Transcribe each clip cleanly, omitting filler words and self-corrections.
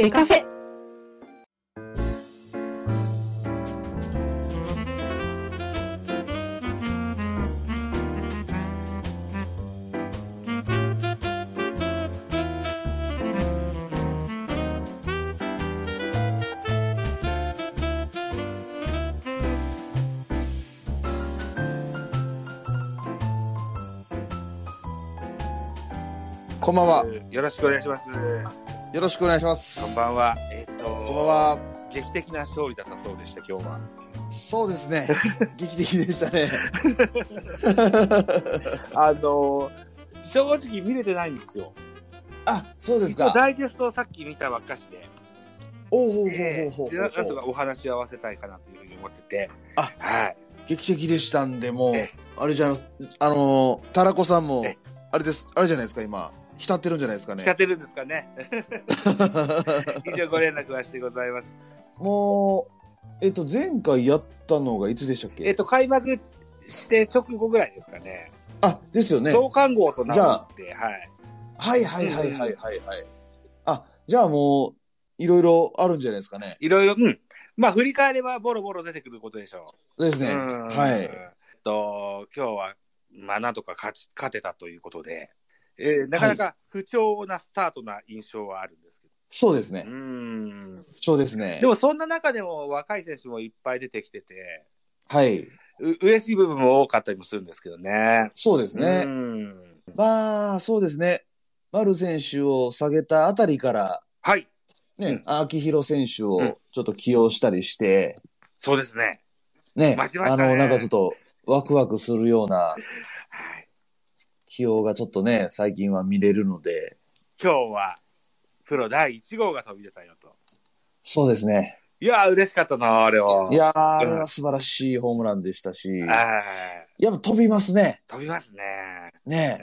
ベカフェ。 こんばんは。 よろしくお願いします。 よろしくお願いします。 こんばんは。 こんばんは。 劇的な勝利だったそうでした、今日は。 そうですね。劇的でしたね。 正直見れてないんですよ。 あ、そうですか。 ダイジェストをさっき見たばっかしで。 おう。 なんとかお話を合わせたいかなというふうに思ってて。 あ、 はい。 劇的でしたんで、もう、あれじゃないです。タラコさんも、あれです、あれじゃないですか、今。浸ってるんじゃないですかね。 浸ってるんですかね。以上ご連絡はしてございます。 もう、前回やったのがいつでしたっけ？ 開幕して直後ぐらいですかね。 あ、ですよね。 創刊号となって、はい。 はい。あ、じゃあもう、いろいろあるんじゃないですかね。 いろいろ、まあ振り返ればボロボロ出てくることでしょう。 ですね。はい。 今日は、まあなんとか勝てたということで、なかなか不調なスタートな印象はあるんですけど。 そうですね。不調ですね。 でもそんな中でも若い選手もいっぱい出てきてて、 はい。 嬉しい部分も多かったりもするんですけどね。 そうですね。まあ、そうですね。丸選手を下げたあたりから、 はい。 ね、秋広選手をちょっと起用したりして、 そうですね。 ね、 待ちましたね。 なんかちょっとワクワクするような起用がちょっとね、最近は見れるので。 今日は、プロ第1号が飛び出たよと。 そうですね。 いやー、嬉しかったな、あれは。 いやー、あれは素晴らしいホームランでしたし。やっぱ飛びますね。 飛びますね。 ね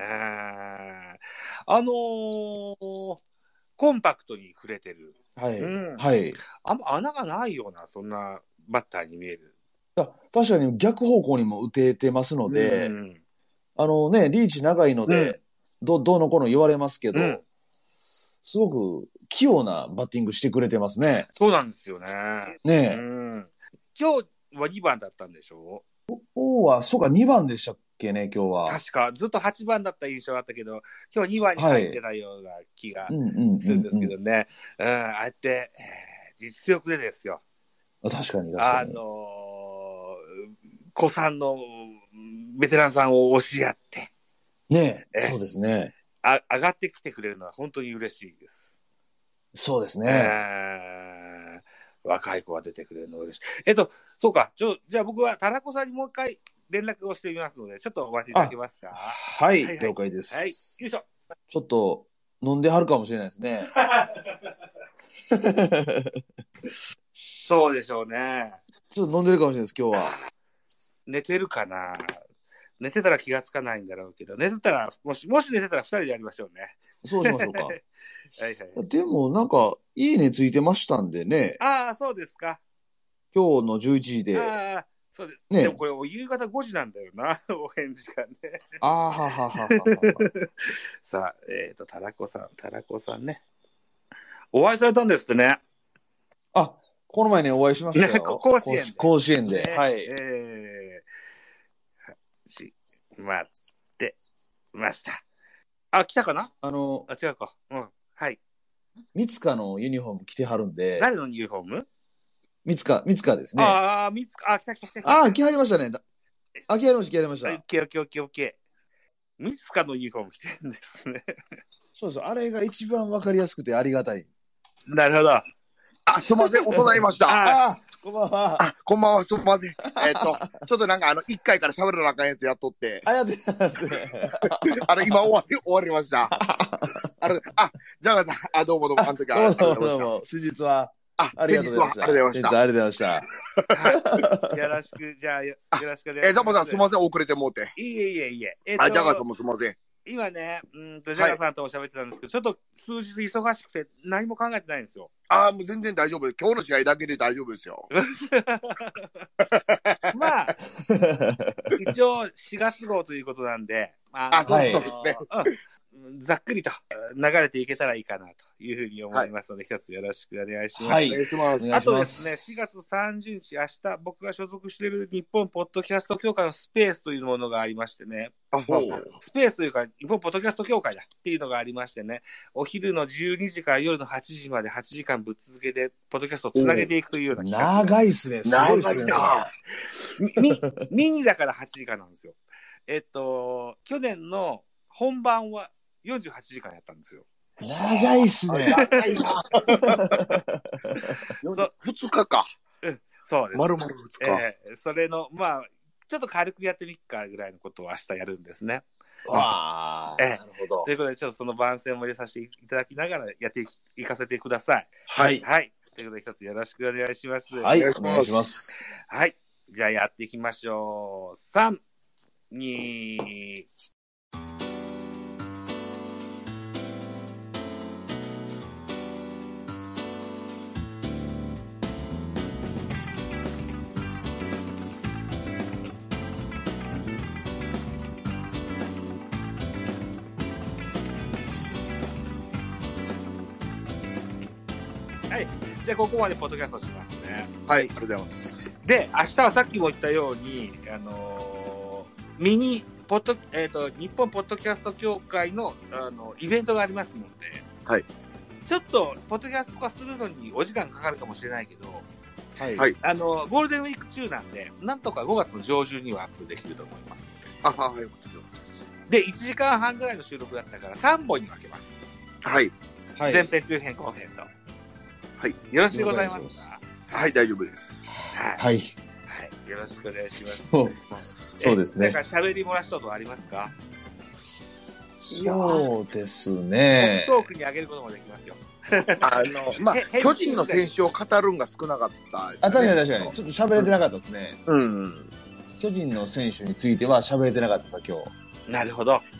コンパクトに触れてる。 はい。はい。 あんま穴がないような、そんなバッターに見える。 確かに逆方向にも打ててますので、リーチ長いので、どうのこうの言われますけど、すごく器用なバッティングしてくれてますね。 そうなんですよね。 ね今日は2番だったんでしょう？ 今日は、そうか、2番でしたっけね、今日は。 確か、ずっと8番だった印象があったけど、今日は2番に入ってたような気がするんですけどね。ああやって、実力でですよ。 確かに。 子さんのベテランさんを押し合って。 ねそうですね。 上がってきてくれるのは本当に嬉しいです。 そうですね。 若い子が出てくれるの嬉しい。そうか。じゃあ僕はタラコさんにもう一回連絡をしてみますので、ちょっとお待ちいただけますか？ はい、了解です。 はい。よいしょ。 ちょっと飲んではるかもしれないですね。 そうでしょうね。 ちょっと飲んでるかもしれないです、今日は。 寝てるかな？寝てたら気がつかないんだろうけど、寝てたら、もし寝てたら2人でやりましょうね。 そうしましょうか。でもなんか、いいねついてましたんでね。 ああ、そうですか。 今日の11時で。 ああ、そうです。ね。でもこれ、夕方5時なんだよな、お返事がね。さあ、タラコさんね。お会いされたんですってね。 あ、この前ね、お会いしましたよ。甲子園で。はい。 待ってました。あ、来たかな？違うか。はい。 三塚のユニフォーム着てはるんで。 誰のユニフォーム？ 三塚ですね。 三塚、来た。 着はりましたね。着はりました。 オッケー。三塚のユニフォーム着てるんですね。 そうそう、あれが一番わかりやすくてありがたい。 なるほど。 すいません、遅なりました。 こんばんは。 こんばんは、すみません。ちょっとなんか1回から喋らなあかんやつやっとって。 やってますね。 今終わりました。ジャガーさん、どうも、あの時は。 どうも、先日は。ありがとうございました。 ありがとうございました。 よろしく、じゃあ、よろしくお願いします。 ザボさん、すみません、遅れてもうて。 いえ。 ジャガーさんもすみません。 今ね、ジャガーさんとも喋ってたんですけど、ちょっと数日忙しくて何も考えてないんですよ。 もう全然大丈夫です。今日の試合だけで大丈夫ですよ。 まあ、一応4月号ということなんで、 そうですね。 ざっくりと流れていけたらいいかなというふうに思いますので、一つよろしくお願いします。 はい。 お願いします。 あとですね、4月30日、明日、僕が所属している日本ポッドキャスト協会のスペースというものがありましてね。スペースというか、日本ポッドキャスト協会だっていうのがありましてね、お昼の12時から夜の8時まで8時間ぶっ続けで、ポッドキャストをつなげていくというような企画。 長いっすね。すごいっすね。 ミニだから8時間なんですよ。去年の本番は48時間やったんですよ。 長いっすね。 長いな。2日か。 そうです。 丸々2 日。それの、まあ、ちょっと軽くやってみっかぐらいのことを明日やるんですね。 わあ、なるほど。 ということで、ちょっとその番宣も入れさせていただきながらやっていかせてください。 はい。 はい。ということで、一つよろしくお願いします。 はい、お願いします。 はい。じゃあやっていきましょう。3、2、はい。じゃあ、ここまでポッドキャストしますね。 はい、ありがとうございます。 で、明日はさっきも言ったように、ミニ、日本ポッドキャスト協会の、イベントがありますので、 はい。 ちょっと、ポッドキャスト化するのにお時間かかるかもしれないけど、 はい。 はい。 ゴールデンウィーク中なんで、なんとか5月の上旬にはアップできると思います。 はい。 で、1時間半ぐらいの収録だったから3本に分けます。 はい。 はい。 前編、中編、後編と。 はい。 よろしくございますか？ はい、大丈夫です。 はい。 はい。 よろしくお願いします。 そうですね。 なんか喋り漏らしことありますか？ そうですね。 トークにあげることもできますよ。 まあ、巨人の選手を語るんが少なかったですね。 確かに。ちょっと喋れてなかったですね。 うん。 巨人の選手については喋れてなかった今日。 なるほど。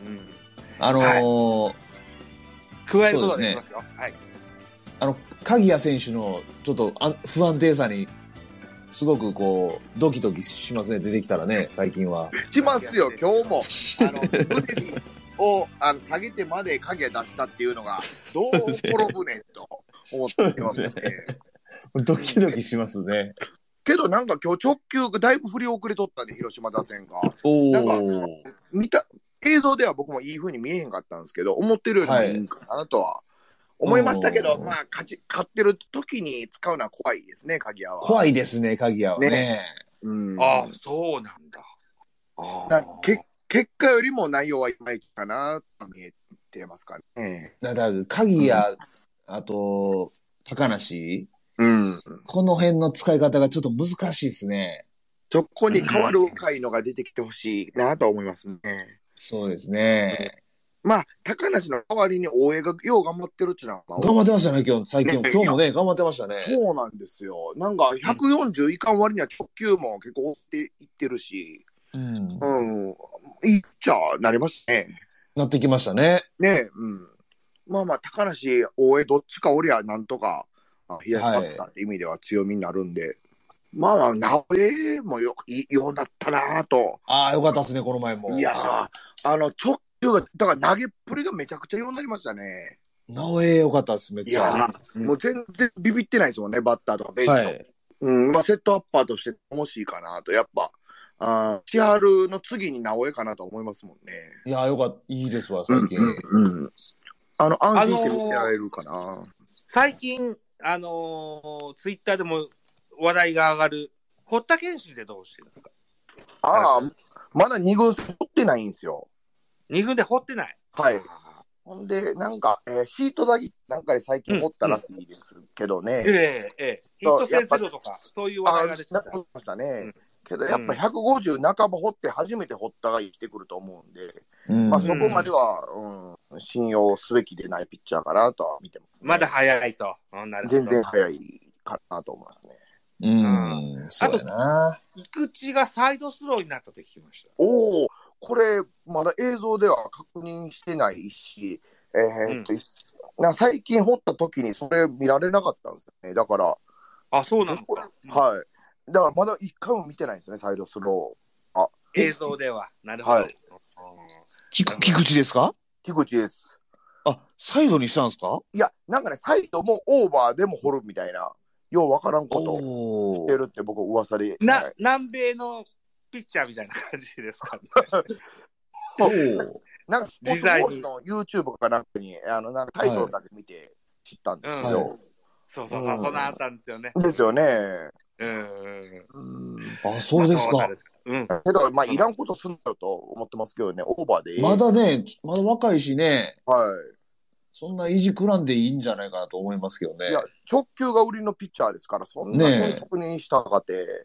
加えることができますよ。はい。 鍵谷選手のちょっと不安定さに、すごくこう、ドキドキしますね、出てきたらね、最近は。 しますよ、今日も。テレビを下げてまで影出したっていうのが、どう転ぶねんと思ってますね。 ドキドキしますね。 けどなんか今日直球がだいぶ振り遅れとったんで、広島打線が。なんか、映像では僕もいい風に見えへんかったんですけど、思ってるよりもいいんかなとは思いましたけど、まあ、勝ってる時に使うのは怖いですね、鍵谷は。 怖いですね、鍵谷はね。 ああ、そうなんだ。 結果よりも内容はいまいちかなと見えてますかね。 だから鍵谷、あと、高梨、この辺の使い方がちょっと難しいですね。 そこに変わる回のが出てきてほしいなと思いますね。 そうですね。 まあ、高梨の代わりに大江がよう頑張ってるっていうのは。 頑張ってましたね、最近。今日もね、頑張ってましたね。 そうなんですよ。なんか、140いかん割には直球も結構追っていってるし、いいっちゃなりますね。 なってきましたね。 ね、まあ、高梨、大江どっちかおりゃなんとか、冷やしバッターって意味では強みになるんで、まあ、直江もようだったなぁと。 ああ、よかったですね、この前も。 いやー、直球が、だから投げっぷりがめちゃくちゃようになりましたね。 直江よかったです、めっちゃ。 もう全然ビビってないですもんね、バッターとかベンチの。まあ、セットアッパーとして楽しいかなと、やっぱ、千春の次に直江かなと思いますもんね。 いやー、よかった、いいですわ、最近。 安心して見てられるかな。 最近、ツイッターでも話題が上がる、堀田健信でどうしてるんですか？ まだ2軍掘ってないんですよ。 2軍で掘ってない。 はい。ほんで、なんか、シートだけなんかで最近掘ったらしいですけどね。 ヒット性ゼロとか、そういう話題が出てた。 掘ましたね。けど、やっぱ150半ば掘って初めて掘ったが生きてくると思うんで、まあそこまでは、信用すべきでないピッチャーかなとは見てますね。 まだ早いと。 全然早いかなと思いますね。 そうやな。 菊池がサイドスローになったと聞きました。 おお、これ、まだ映像では確認してないし、最近掘った時にそれ見られなかったんですよね。だから。 あ、そうなのか。 はい。だからまだ一回も見てないんですね、サイドスロー。 映像では。なるほど。 菊池ですか？ 樋口です。 あ、サイドにしたんですか？ いや、なんかね、サイドもオーバーでも掘るみたいな、ようわからんことをしてるって僕噂で。 南米のピッチャーみたいな感じですかね。なんかスポーツボールの YouTube かなんかに、なんかタイトルだけ見て知ったんですけど。 そう、そんなあったんですよね。 ですよね。 あ、そうですか。 けど、まあ、いらんことすんだよと思ってますけどね、オーバーでいい。 まだね、まだ若いしね。 はい。 そんな意地くらんでいいんじゃないかなと思いますけどね。 いや、直球が売りのピッチャーですから、そんな変則にしたかて。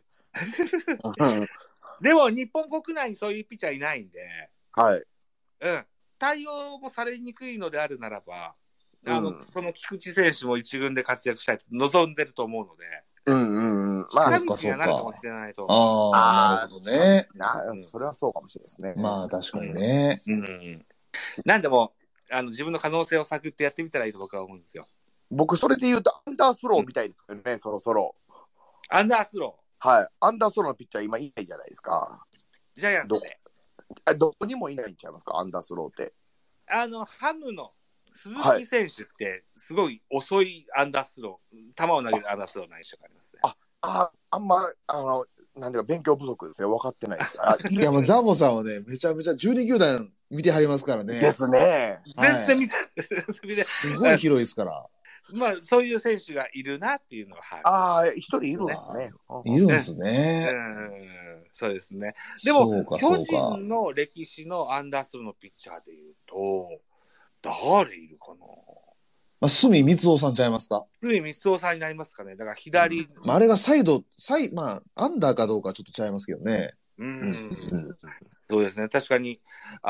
でも、日本国内にそういうピッチャーいないんで。 はい。 対応もされにくいのであるならば、その菊池選手も一軍で活躍したいと望んでると思うので。 まあ、 近道にはなるかもしれないと。 なるほどね。 それはそうかもしれないですね。 まあ、確かにね。 なんでも、自分の可能性を探ってやってみたらいいと僕は思うんですよ。 僕、それで言うと、アンダースローみたいですけどね、そろそろ。 アンダースローはい。アンダースローのピッチャー今いないじゃないですか。 ジャイアンツで。 どこにもいないんちゃいますか、アンダースローって。 ハムの鈴木選手って、すごい遅いアンダースロー、球を投げるアンダースローの印象がありますね。 あんま、なんていうか、勉強不足ですね。分かってないです。 いや、もうザボさんはね、めちゃめちゃ12球団見てはりますからね。 ですね。 全然見て、 すごい広いですから。 まあ、そういう選手がいるなっていうのは一人いるんですね。 いるんですね。 そうですね。でも、巨人の歴史のアンダースローのピッチャーでいうと、誰いるかな。 まあ、角光雄さんちゃいますか？ 角光雄さんになりますかね。だから左。 あれがまあ、アンダーかどうかちょっとちゃいますけどね。 そうですね。確かに、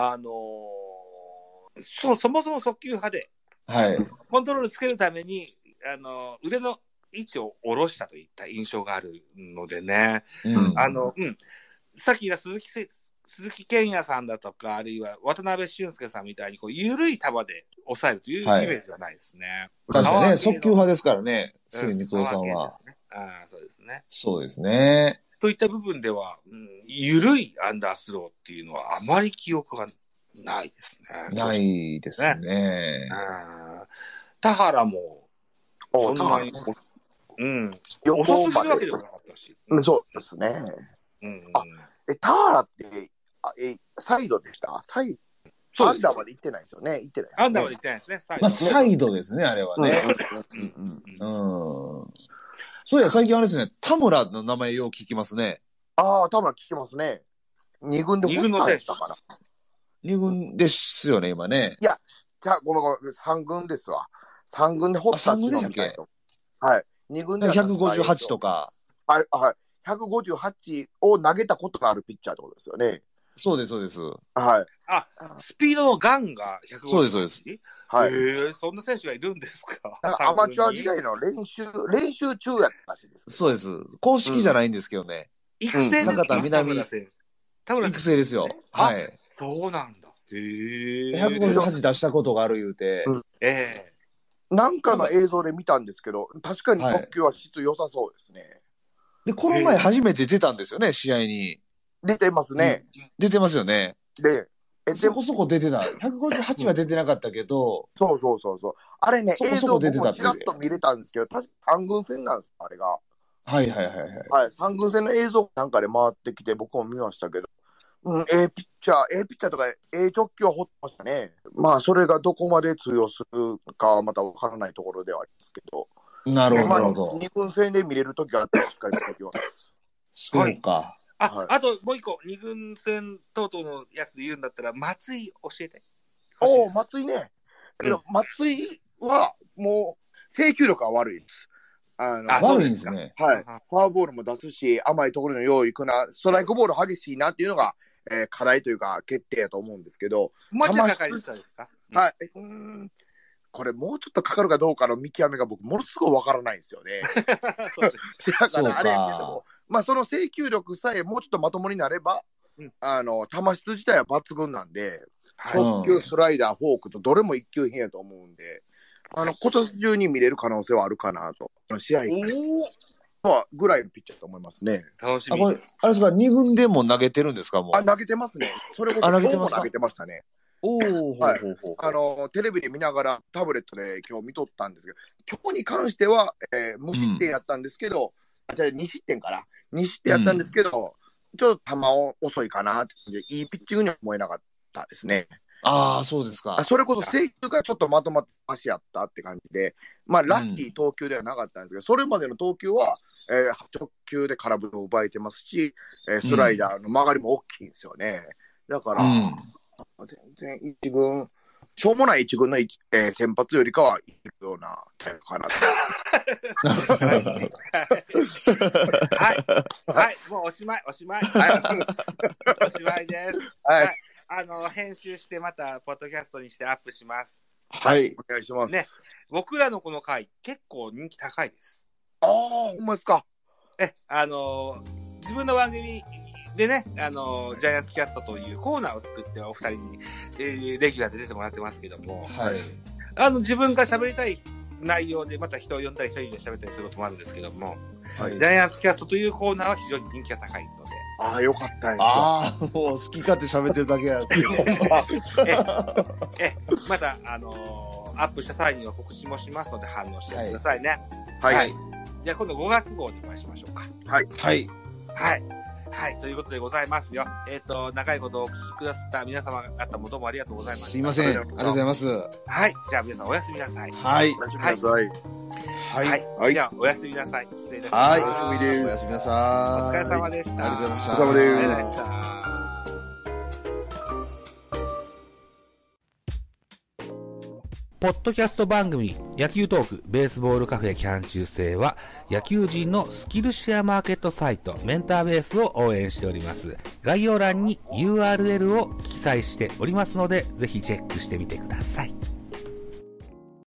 そもそも速球派で、コントロールつけるために、腕の位置を下ろしたといった印象があるのでね。さっき言った鈴木健也さんだとか、あるいは渡辺俊介さんみたいに、緩い球で抑えるというイメージはないですね。 確かにね、速球派ですからね、角光雄さんは。 そうですね。 そうですね。 といった部分では、緩いアンダースローっていうのはあまり記憶がないですね。 ないですね。 田原も、そんなに、遅すぎるわけでもなかったし。 そうですね。田原って、サイドでした？アンダーまで行ってないですよね。 アンダーまで行ってないですね。 まあ、サイドですね、あれはね。そういや、最近あれですね、田村の名前よう聞きますね。 田村聞きますね。2軍で 2軍の選手だから。 2軍ですよね、今ね。 いや、ごめん、3軍ですわ。3軍で掘った 3軍でしたっけ？ はい。2軍で 158とか。 はい。158を投げたことがあるピッチャーってことですよね。 そうです、そうです。 はい。 スピードのガンが158？ そうです、そうです。 はい。そんな選手がいるんですか？ アマチュア時代の練習中やったらしいです。 そうです。公式じゃないんですけどね。 育成ですか？ 坂田南。育成ですよ。はい。 そうなんだ。 158出したことがある言うて。 なんかの映像で見たんですけど、確かに特球は質良さそうですね。 で、この前初めて出たんですよね、試合に。 出てますね。 出てますよね。 で、 そこそこ出てた。158は出てなかったけど。 そう。あれね、映像僕もちらっと見れたんですけど、確か3軍戦なんです、あれが。 はい。 3軍戦の映像なんかで回ってきて、僕も見ましたけど、ピッチャーとか、直球は掘ってましたね。まあ、それがどこまで通用するかはまたわからないところではありますけど。 なるほど。 2軍戦で見れるときはしっかり見ておきます。 そうか。 あともう一個、2軍戦等々のやつで言うんだったら、松井教えて。 松井ね。けど、松井はもう、制球力は悪いです。 悪いんですね。 はい。フォアボールも出すし、甘いところのよう行くな、ストライクボール激しいなっていうのが、課題というか、決定やと思うんですけど。 もうちょっとかかりそうですか？ はい。これもうちょっとかかるかどうかの見極めが僕、ものすごいわからないんですよね。だからあれやけど、まあその制球力さえもうちょっとまともになれば、球質自体は抜群なんで、直球、スライダー、フォークとどれも一級品やと思うんで、今年中に見れる可能性はあるかなと。試合ぐらいのピッチャーと思いますね。 楽しみ。 あれですか、2軍でも投げてるんですか？もう。 投げてますね。それこそ今日も投げてましたね。 はい。テレビで見ながらタブレットで今日見とったんですけど、今日に関しては、無失点やったんですけど、じゃあ2失点かな。2失点やったんですけど、ちょっと球遅いかなって感じで、いいピッチングには思えなかったですね。 ああ、そうですか。 それこそ制球がちょっとまとまって足やったって感じで、まあ、らしい投球ではなかったんですけど、それまでの投球は、直球で空振りを奪えてますし、スライダーの曲がりも大きいんですよね。だから、全然一軍、しょうもない一軍の先発よりかはいいようなタイプかなと。 はい。はい。もうおしまい。おしまいです。はい。編集してまた、ポッドキャストにしてアップします。 はい。 お願いします。 ね。僕らのこの回、結構人気高いです。 ああ、ほんまですか。 自分の番組でね、ジャイアンツキャストというコーナーを作ってお二人に、レギュラーで出てもらってますけども、 はい。 自分が喋りたい内容でまた人を呼んだり一人で喋ったりすることもあるんですけども、 はい、 ジャイアンツキャストというコーナーは非常に人気が高いので。 ああ、よかったです。 ああ、もう好き勝手喋ってるだけなんですけど。また、アップした際には告知もしますので反応してくださいね。 はい。はい。 じゃあ今度5月号にお会いしましょうか。 はい。 はい。 はい。はい。ということでございますよ。長いことお聞きくださった皆様方もどうもありがとうございました。 すいません。ありがとうございます。 はい。じゃあ皆さんおやすみなさい。 はい。 おやすみなさい。 はい。はい。じゃあおやすみなさい。失礼いたします。 はい。おやすみなさい。 お疲れ様でした。 ありがとうございました。 お疲れ様です。 ポッドキャスト番組野球トークベースボールカフェキャン中世は野球人のスキルシェアマーケットサイトメンターベースを応援しております。概要欄に URL を記載しておりますのでぜひチェックしてみてください。